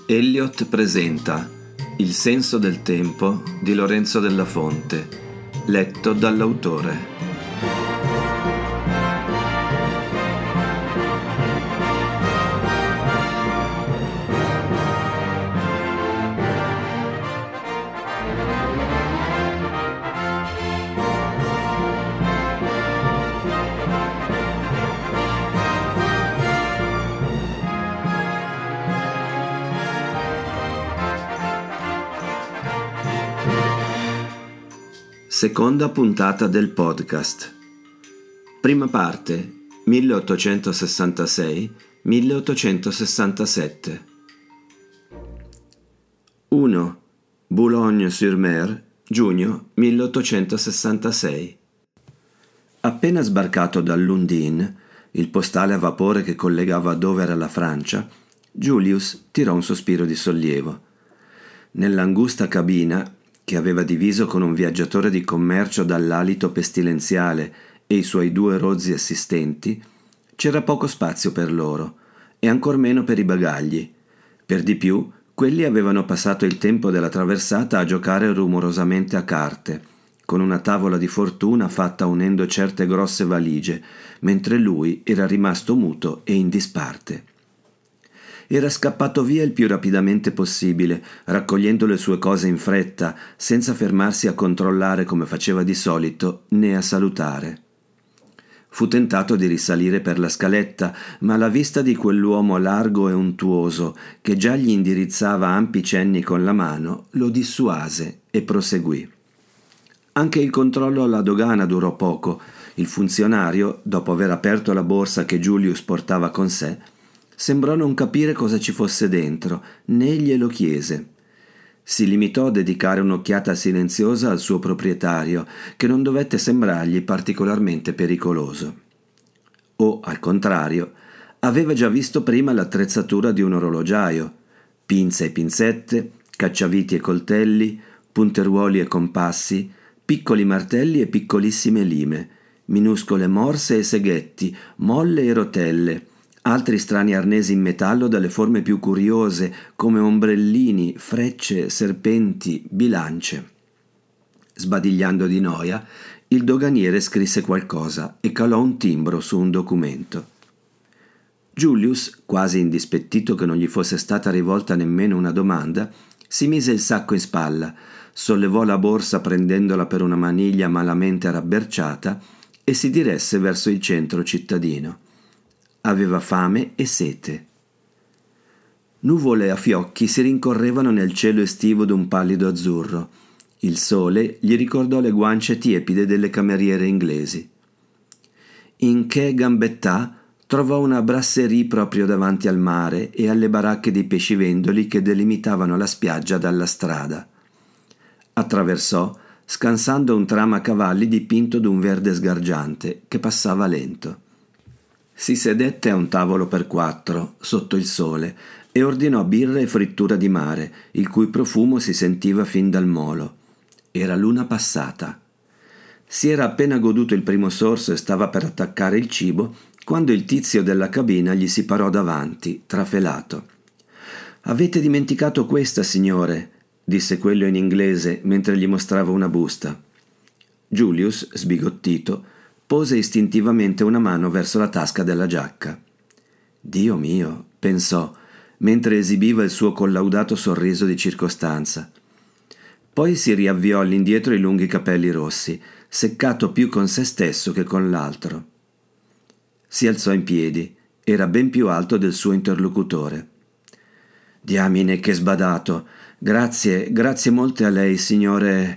Eliot presenta Il senso del tempo di Lorenzo Della Fonte, letto dall'autore. Seconda puntata del Prima parte, 1866-1867. 1. Boulogne-sur-Mer, giugno 1866. Appena sbarcato dall'Undine, il postale a vapore che collegava Dover alla Francia, Julius tirò un sospiro di sollievo. Nell'angusta cabina, che aveva diviso con un viaggiatore di commercio dall'alito pestilenziale e i suoi 2 rozzi assistenti, c'era poco spazio per loro, e ancor meno per i bagagli. Per di più, quelli avevano passato il tempo della traversata a giocare rumorosamente a carte, con una tavola di fortuna fatta unendo certe grosse valigie, mentre lui era rimasto muto e in disparte. Era scappato via il più rapidamente possibile, raccogliendo le sue cose in fretta, senza fermarsi a controllare come faceva di solito, né a salutare. Fu tentato di risalire per la scaletta, ma la vista di quell'uomo largo e untuoso, che già gli indirizzava ampi cenni con la mano, lo dissuase e proseguì. Anche il controllo alla dogana durò poco. Il funzionario, dopo aver aperto la borsa che Julius portava con sé, sembrò non capire cosa ci fosse dentro, né glielo chiese. Si limitò a dedicare un'occhiata silenziosa al suo proprietario, che non dovette sembrargli particolarmente pericoloso. O, al contrario, aveva già visto prima l'attrezzatura di un orologiaio: pinze e pinzette, cacciaviti e coltelli, punteruoli e compassi, piccoli martelli e piccolissime lime, minuscole morse e seghetti, molle e rotelle, altri strani arnesi in metallo dalle forme più curiose, come ombrellini, frecce, serpenti, bilance. Sbadigliando di noia, il doganiere scrisse qualcosa e calò un timbro su un documento. Julius, quasi indispettito che non gli fosse stata rivolta nemmeno una domanda, si mise il sacco in spalla, sollevò la borsa prendendola per una maniglia malamente rabberciata e si diresse verso il centro cittadino. Aveva fame e sete. Nuvole a fiocchi si rincorrevano nel cielo estivo d'un pallido azzurro. Il sole gli ricordò le guance tiepide delle cameriere inglesi. In Quai Gambetta trovò una brasserie proprio davanti al mare e alle baracche dei pescivendoli che delimitavano la spiaggia dalla strada. Attraversò, scansando un tram a cavalli dipinto d'un verde sgargiante che passava lento. Si sedette a un tavolo per 4, sotto il sole, e ordinò birra e frittura di mare, il cui profumo si sentiva fin dal molo. Era l'una passata. Si era appena goduto il primo sorso e stava per attaccare il cibo, quando il tizio della cabina gli si parò davanti, trafelato. «Avete dimenticato questa, signore», disse quello in inglese mentre gli mostrava una busta. Julius, sbigottito, pose istintivamente una mano verso la tasca della giacca. «Dio mio», pensò, mentre esibiva il suo collaudato sorriso di circostanza. Poi si riavviò all'indietro i lunghi capelli rossi, seccato più con se stesso che con l'altro. Si alzò in piedi, era ben più alto del suo interlocutore. «Diamine, che sbadato! Grazie molte a lei, signor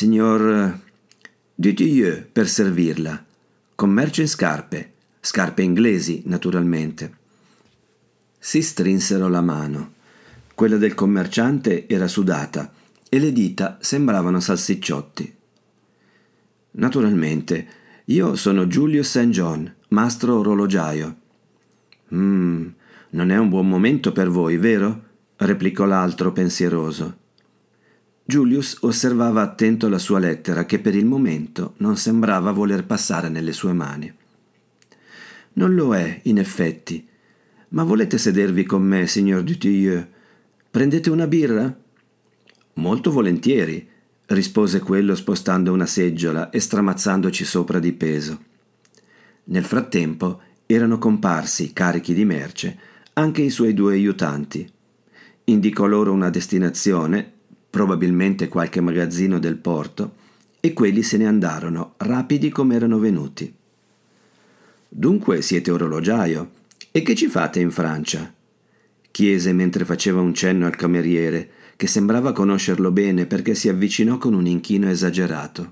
Dutilleux, per servirla. Commercio in scarpe inglesi, naturalmente». Si strinsero la mano. Quella del commerciante era sudata e le dita sembravano salsicciotti. «Naturalmente, io sono Julius St. John, mastro orologiaio». Non è un buon momento per voi, vero?» replicò l'altro pensieroso. Julius osservava attento la sua lettera, che per il momento non sembrava voler passare nelle sue mani. «Non lo è, in effetti. Ma volete sedervi con me, signor Dutilleux? Prendete una birra? Molto volentieri, rispose quello spostando una seggiola e stramazzandoci sopra di peso. Nel frattempo erano comparsi, carichi di merce, anche i suoi 2 aiutanti. Indicò loro una destinazione, probabilmente qualche magazzino del porto, e quelli se ne andarono, rapidi come erano venuti. «Dunque siete orologiaio? E che ci fate in Francia?» chiese mentre faceva un cenno al cameriere, che sembrava conoscerlo bene perché si avvicinò con un inchino esagerato.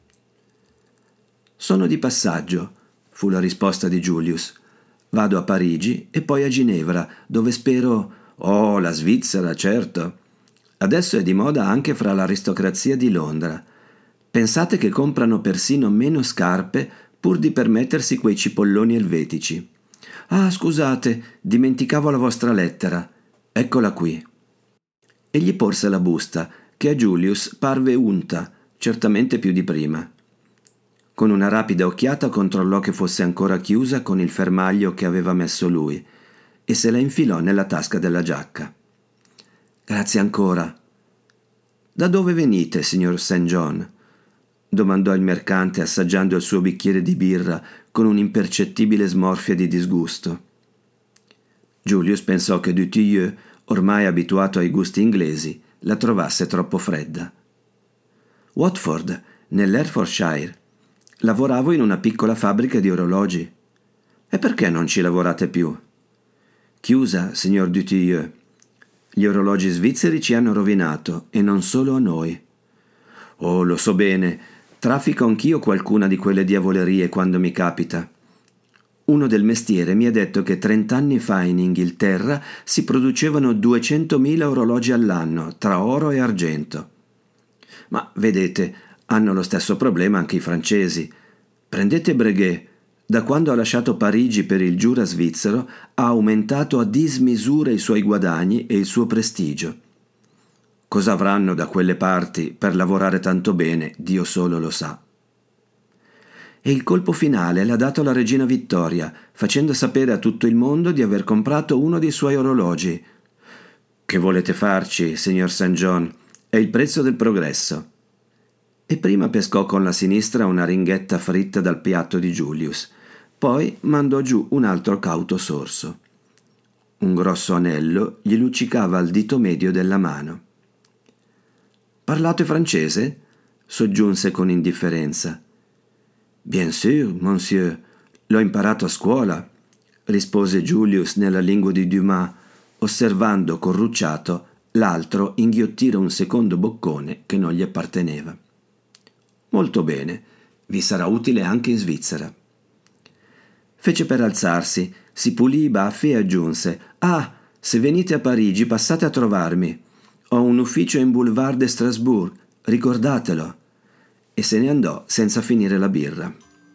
«Sono di passaggio», fu la risposta di Julius. «Vado a Parigi e poi a Ginevra, dove spero...» «Oh, la Svizzera, certo. Adesso è di moda anche fra l'aristocrazia di Londra. Pensate che comprano persino meno scarpe pur di permettersi quei cipolloni elvetici. Ah, scusate, dimenticavo la vostra lettera. Eccola qui». E gli porse la busta, che a Julius parve unta, certamente più di prima. Con una rapida occhiata controllò che fosse ancora chiusa con il fermaglio che aveva messo lui e se la infilò nella tasca della giacca. «Grazie ancora». «Da dove venite, signor St. John?» domandò il mercante assaggiando il suo bicchiere di birra con un'impercettibile smorfia di disgusto. Julius pensò che Dutilleux, ormai abituato ai gusti inglesi, la trovasse troppo fredda. «Watford, nell'Hertfordshire. Lavoravo in una piccola fabbrica di orologi». «E perché non ci lavorate più?» «Chiusa, signor Dutilleux. Gli orologi svizzeri ci hanno rovinato, e non solo a noi». «Oh, lo so bene. Traffico anch'io qualcuna di quelle diavolerie quando mi capita. Uno del mestiere mi ha detto che 30 anni fa in Inghilterra si producevano 200.000 orologi all'anno, tra oro e argento. Ma, vedete, hanno lo stesso problema anche i francesi. Prendete Breguet. Da quando ha lasciato Parigi per il Giura svizzero ha aumentato a dismisura i suoi guadagni e il suo prestigio. Cosa avranno da quelle parti per lavorare tanto bene, Dio solo lo sa». E il colpo finale l'ha dato la regina Vittoria, facendo sapere a tutto il mondo di aver comprato uno dei suoi orologi. «Che volete farci, signor St. John? È il prezzo del progresso». E prima pescò con la sinistra una ringhetta fritta dal piatto di Julius, poi mandò giù un altro cauto sorso. Un grosso anello gli luccicava al dito medio della mano. «Parlate francese?» soggiunse con indifferenza. «Bien sûr, monsieur, l'ho imparato a scuola», rispose Julius nella lingua di Dumas, osservando corrucciato l'altro inghiottire un secondo boccone che non gli apparteneva. «Molto bene, vi sarà utile anche in Svizzera». Fece per alzarsi, si pulì i baffi e aggiunse: «Ah, se venite a Parigi passate a trovarmi. Ho un ufficio in Boulevard de Strasbourg, ricordatelo». E se ne andò senza finire la birra.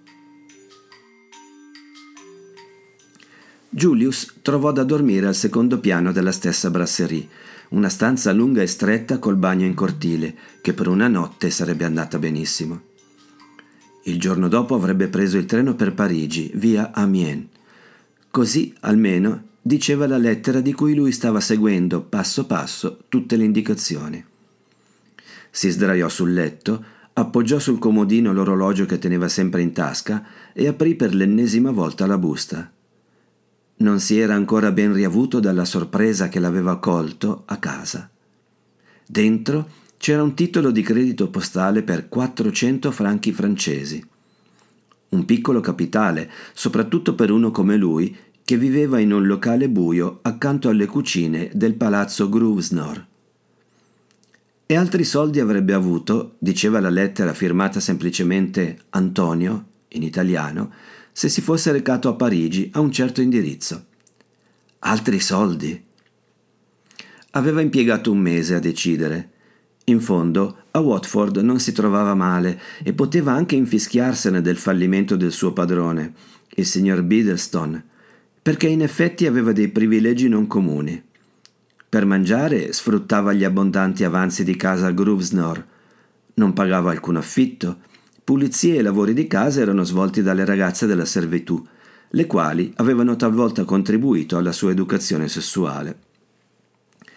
Julius trovò da dormire al secondo piano della stessa brasserie, una stanza lunga e stretta col bagno in cortile, che per una notte sarebbe andata benissimo. Il giorno dopo avrebbe preso il treno per Parigi, via Amiens. Così, almeno, diceva la lettera di cui lui stava seguendo, passo passo, tutte le indicazioni. Si sdraiò sul letto, appoggiò sul comodino l'orologio che teneva sempre in tasca e aprì per l'ennesima volta la busta. Non si era ancora ben riavuto dalla sorpresa che l'aveva colto a casa. Dentro c'era un titolo di credito postale per 400 franchi francesi. Un piccolo capitale, soprattutto per uno come lui, che viveva in un locale buio accanto alle cucine del palazzo Grosvenor. E altri soldi avrebbe avuto, diceva la lettera firmata semplicemente Antonio, in italiano, se si fosse recato a Parigi a un certo indirizzo. Altri soldi? Aveva impiegato un mese a decidere. In fondo, a Watford non si trovava male e poteva anche infischiarsene del fallimento del suo padrone, il signor Biddlestone, perché in effetti aveva dei privilegi non comuni. Per mangiare sfruttava gli abbondanti avanzi di casa a Grosvenor, non pagava alcun affitto, pulizie e lavori di casa erano svolti dalle ragazze della servitù, le quali avevano talvolta contribuito alla sua educazione sessuale.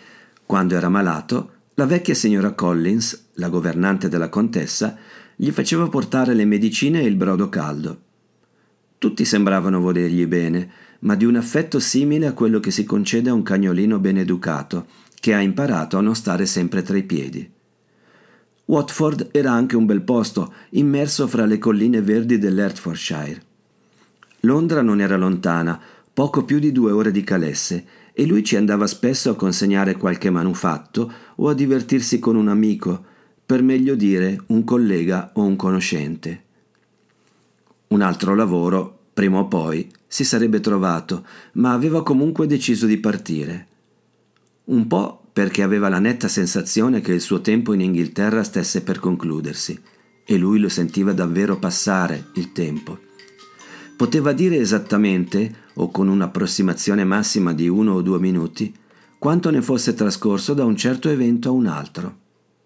Quando era malato, la vecchia signora Collins, la governante della contessa, gli faceva portare le medicine e il brodo caldo. Tutti sembravano volergli bene, ma di un affetto simile a quello che si concede a un cagnolino ben educato, che ha imparato a non stare sempre tra i piedi. Watford era anche un bel posto, immerso fra le colline verdi dell'Hertfordshire. Londra non era lontana, poco più di 2 ore di calesse, e lui ci andava spesso a consegnare qualche manufatto o a divertirsi con un amico, per meglio dire un collega o un conoscente. Un altro lavoro, prima o poi, si sarebbe trovato, ma aveva comunque deciso di partire. Un po' perché aveva la netta sensazione che il suo tempo in Inghilterra stesse per concludersi, e lui lo sentiva davvero passare il tempo. Poteva dire esattamente, o con un'approssimazione massima di 1 o 2 minuti, quanto ne fosse trascorso da un certo evento a un altro.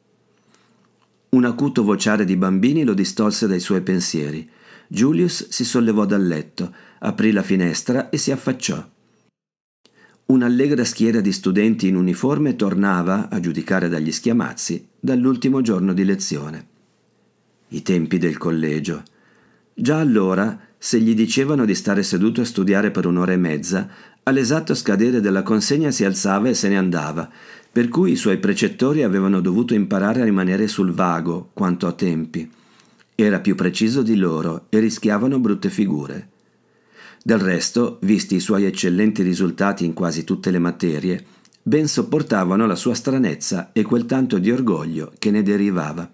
Un acuto vociare di bambini lo distolse dai suoi pensieri. Julius si sollevò dal letto, aprì la finestra e si affacciò. Un'allegra schiera di studenti in uniforme tornava, a giudicare dagli schiamazzi, dall'ultimo giorno di lezione. I tempi del collegio. Già allora, se gli dicevano di stare seduto a studiare per 1 ora e mezza, all'esatto scadere della consegna si alzava e se ne andava, per cui i suoi precettori avevano dovuto imparare a rimanere sul vago quanto a tempi. Era più preciso di loro e rischiavano brutte figure. Del resto, visti i suoi eccellenti risultati in quasi tutte le materie, ben sopportavano la sua stranezza e quel tanto di orgoglio che ne derivava.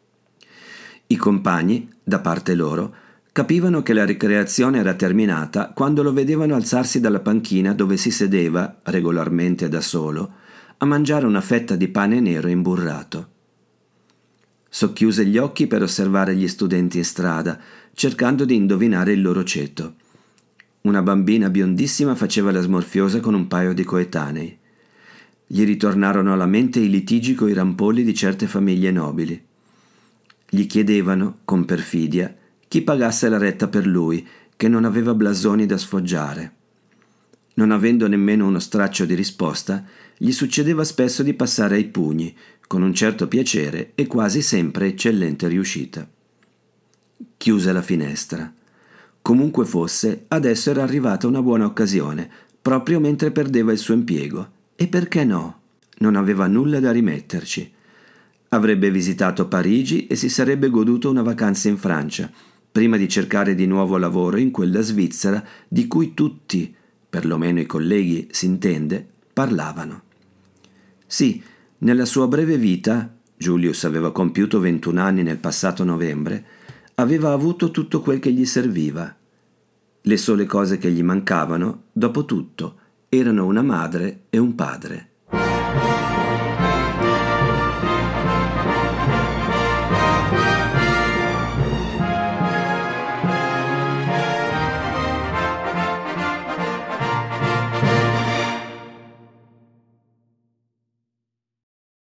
I compagni, da parte loro, capivano che la ricreazione era terminata quando lo vedevano alzarsi dalla panchina dove si sedeva, regolarmente da solo, a mangiare una fetta di pane nero imburrato. Socchiuse gli occhi per osservare gli studenti in strada, cercando di indovinare il loro ceto. Una bambina biondissima faceva la smorfiosa con un paio di coetanei. Gli ritornarono alla mente i litigi coi rampolli di certe famiglie nobili. Gli chiedevano, con perfidia, chi pagasse la retta per lui, che non aveva blasoni da sfoggiare. Non avendo nemmeno uno straccio di risposta, gli succedeva spesso di passare ai pugni, con un certo piacere e quasi sempre eccellente riuscita. Chiuse la finestra. Comunque fosse, adesso era arrivata una buona occasione, proprio mentre perdeva il suo impiego. E perché no? Non aveva nulla da rimetterci. Avrebbe visitato Parigi e si sarebbe goduto una vacanza in Francia, prima di cercare di nuovo lavoro in quella Svizzera di cui tutti, perlomeno i colleghi, s'intende, parlavano. Sì, nella sua breve vita, Julius aveva compiuto 21 anni nel passato novembre, aveva avuto tutto quel che gli serviva. Le sole cose che gli mancavano, dopo tutto, erano una madre e un padre.